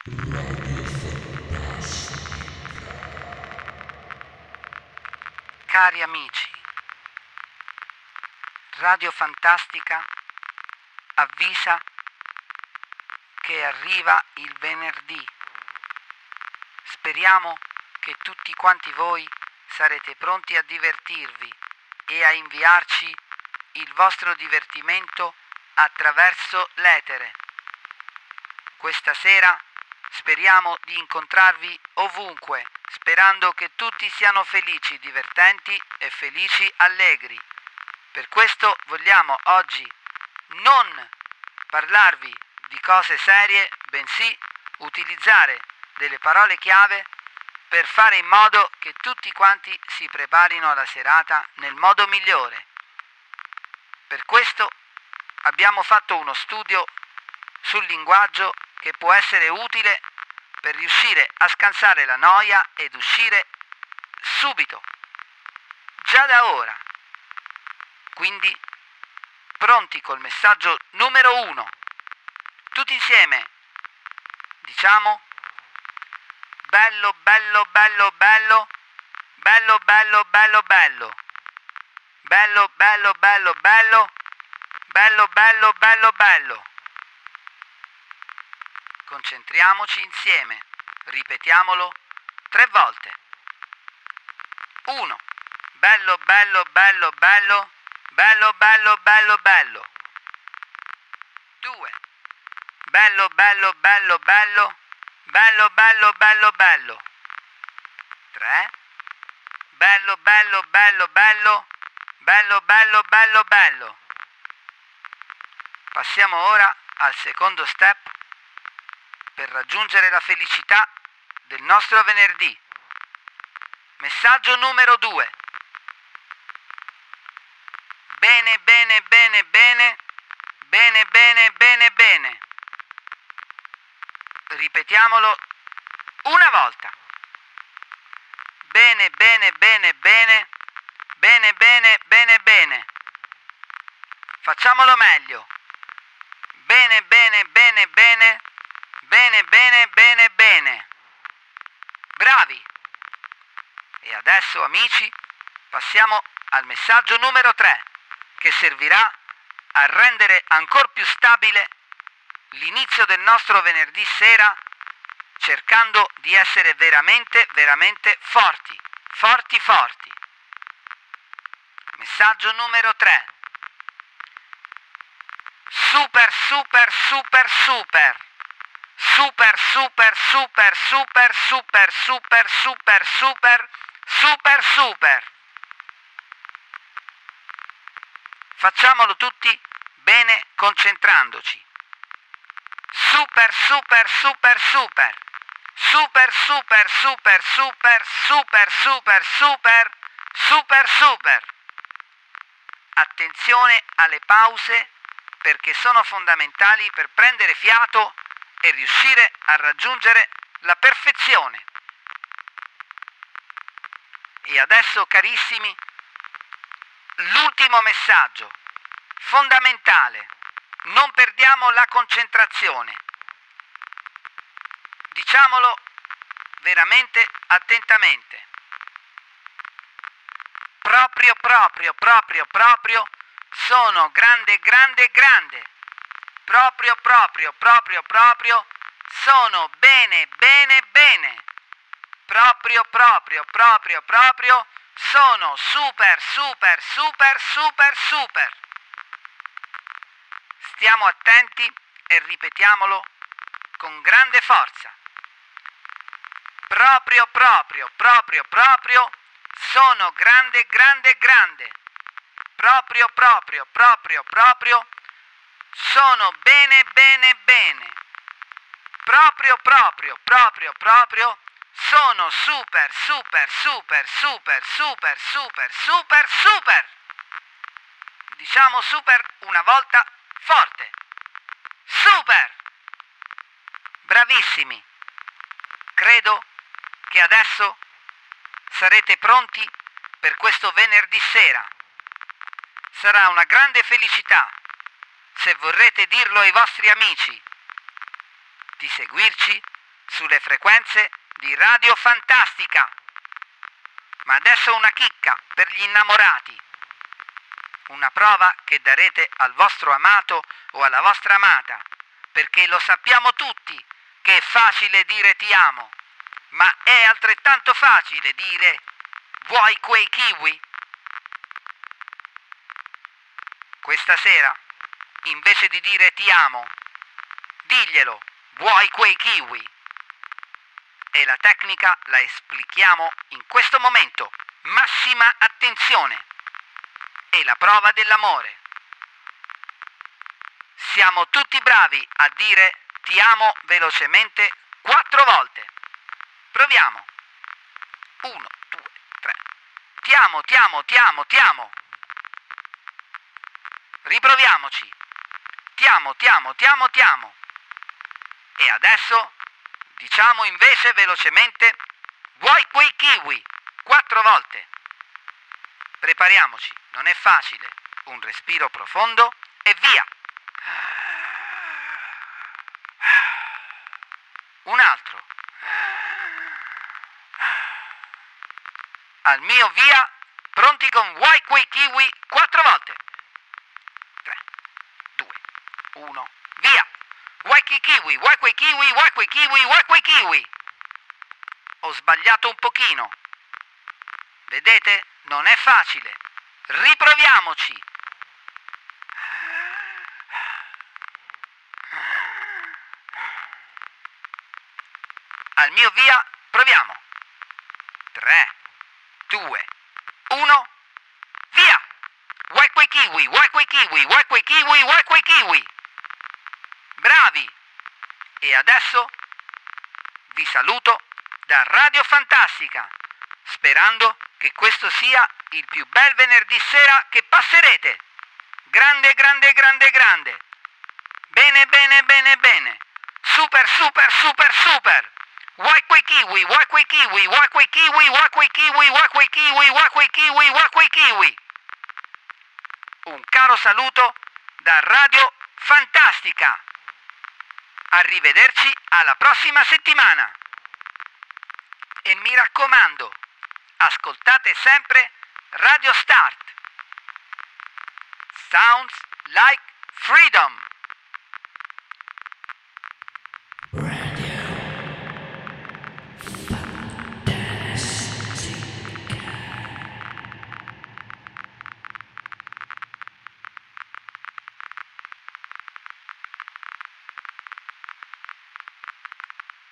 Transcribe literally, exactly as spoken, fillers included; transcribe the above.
Cari amici, Radio Fantastica avvisa che arriva il venerdì. Speriamo che tutti quanti voi sarete pronti a divertirvi e a inviarci il vostro divertimento attraverso l'etere. Questa sera speriamo di incontrarvi ovunque, sperando che tutti siano felici, divertenti e felici allegri. Per questo vogliamo oggi non parlarvi di cose serie, bensì utilizzare delle parole chiave per fare in modo che tutti quanti si preparino alla serata nel modo migliore. Per questo abbiamo fatto uno studio sul linguaggio che può essere utile per riuscire a scansare la noia ed uscire subito, già da ora. Quindi, pronti col messaggio numero uno. Tutti insieme, diciamo: bello, bello, bello, bello, bello, bello, bello, bello, bello, bello, bello, bello, bello, bello, bello, bello. Concentriamoci insieme, ripetiamolo tre volte. uno. Bello, bello, bello, bello, bello, bello, bello, bello. due. Bello, bello, bello, bello, bello, bello, bello, bello. tre. Bello, bello, bello, bello, bello, bello, bello, bello. Passiamo ora al secondo step per raggiungere la felicità del nostro venerdì. Messaggio numero due. Bene, bene, bene, bene, bene, bene, bene, bene. Ripetiamolo una volta. Bene, bene, bene, bene, bene, bene, bene, bene. Facciamolo meglio. Bene, bene, bene, bene, bene, bene, bene, bene. Bravi! E adesso, amici, passiamo al messaggio numero tre, che servirà a rendere ancora più stabile l'inizio del nostro venerdì sera, cercando di essere veramente, veramente forti, forti, forti. Messaggio numero tre. Super, super, super, super. Super, super, super, super, super, super, super, super, super, super. Facciamolo tutti bene concentrandoci. Super, super, super, super. Super, super, super, super, super, super, super, super, super. Attenzione alle pause perché sono fondamentali per prendere fiato e riuscire a raggiungere la perfezione. E adesso, carissimi, l'ultimo messaggio, fondamentale. Non perdiamo la concentrazione. Diciamolo veramente attentamente. Proprio, proprio, proprio, proprio, sono grande, grande, grande. Proprio, proprio, proprio, proprio, sono bene, bene, bene. Proprio, proprio, proprio, proprio, sono super, super, super, super, super. Stiamo attenti e ripetiamolo con grande forza. Proprio, proprio, proprio, proprio, sono grande, grande, grande. Proprio, proprio, proprio, proprio, sono bene, bene, bene. Proprio, proprio, proprio, proprio, sono super, super, super, super, super, super, super, super. Diciamo super una volta forte. Super! Bravissimi! Credo che adesso sarete pronti per questo venerdì sera. Sarà una grande felicità, se vorrete dirlo ai vostri amici, di seguirci sulle frequenze di Radio Fantastica. Ma adesso una chicca per gli innamorati. Una prova che darete al vostro amato o alla vostra amata, perché lo sappiamo tutti che è facile dire ti amo, ma è altrettanto facile dire vuoi quei kiwi? Questa sera, invece di dire ti amo, diglielo, vuoi quei kiwi? E la tecnica la esplichiamo in questo momento. Massima attenzione. È la prova dell'amore. Siamo tutti bravi a dire ti amo velocemente quattro volte. Proviamo. Uno, due, tre. Ti amo, ti amo, ti amo, ti amo. Riproviamoci. Ti amo, ti amo, ti amo, ti amo. E adesso diciamo invece velocemente vuoi quei kiwi? Quattro volte. Prepariamoci, non è facile. Un respiro profondo e via. Un altro. Al mio via, pronti con vuoi quei kiwi? Quattro volte. Tre, due, uno, via. Vuoi quei kiwi? Vuoi quei kiwi? Vuoi quei kiwi? Vuoi quei kiwi? Ho sbagliato un pochino. Vedete? Non è facile. Riproviamoci. Al mio via, proviamo. tre, due, uno, via! Vuoi quei kiwi? Vuoi quei kiwi? Vuoi quei kiwi? Vuoi quei kiwi? Bravi! E adesso vi saluto da Radio Fantastica, sperando che questo sia il più bel venerdì sera che passerete. Grande, grande, grande, grande. Bene, bene, bene, bene. Super, super, super, super. Vuoi quei kiwi? Vuoi quei kiwi? Vuoi quei kiwi? Vuoi quei kiwi? Vuoi quei kiwi? Vuoi quei kiwi? Vuoi quei kiwi? Un caro saluto da Radio Fantastica. Arrivederci alla prossima settimana. E mi raccomando, ascoltate sempre Radio Start. Sounds like freedom.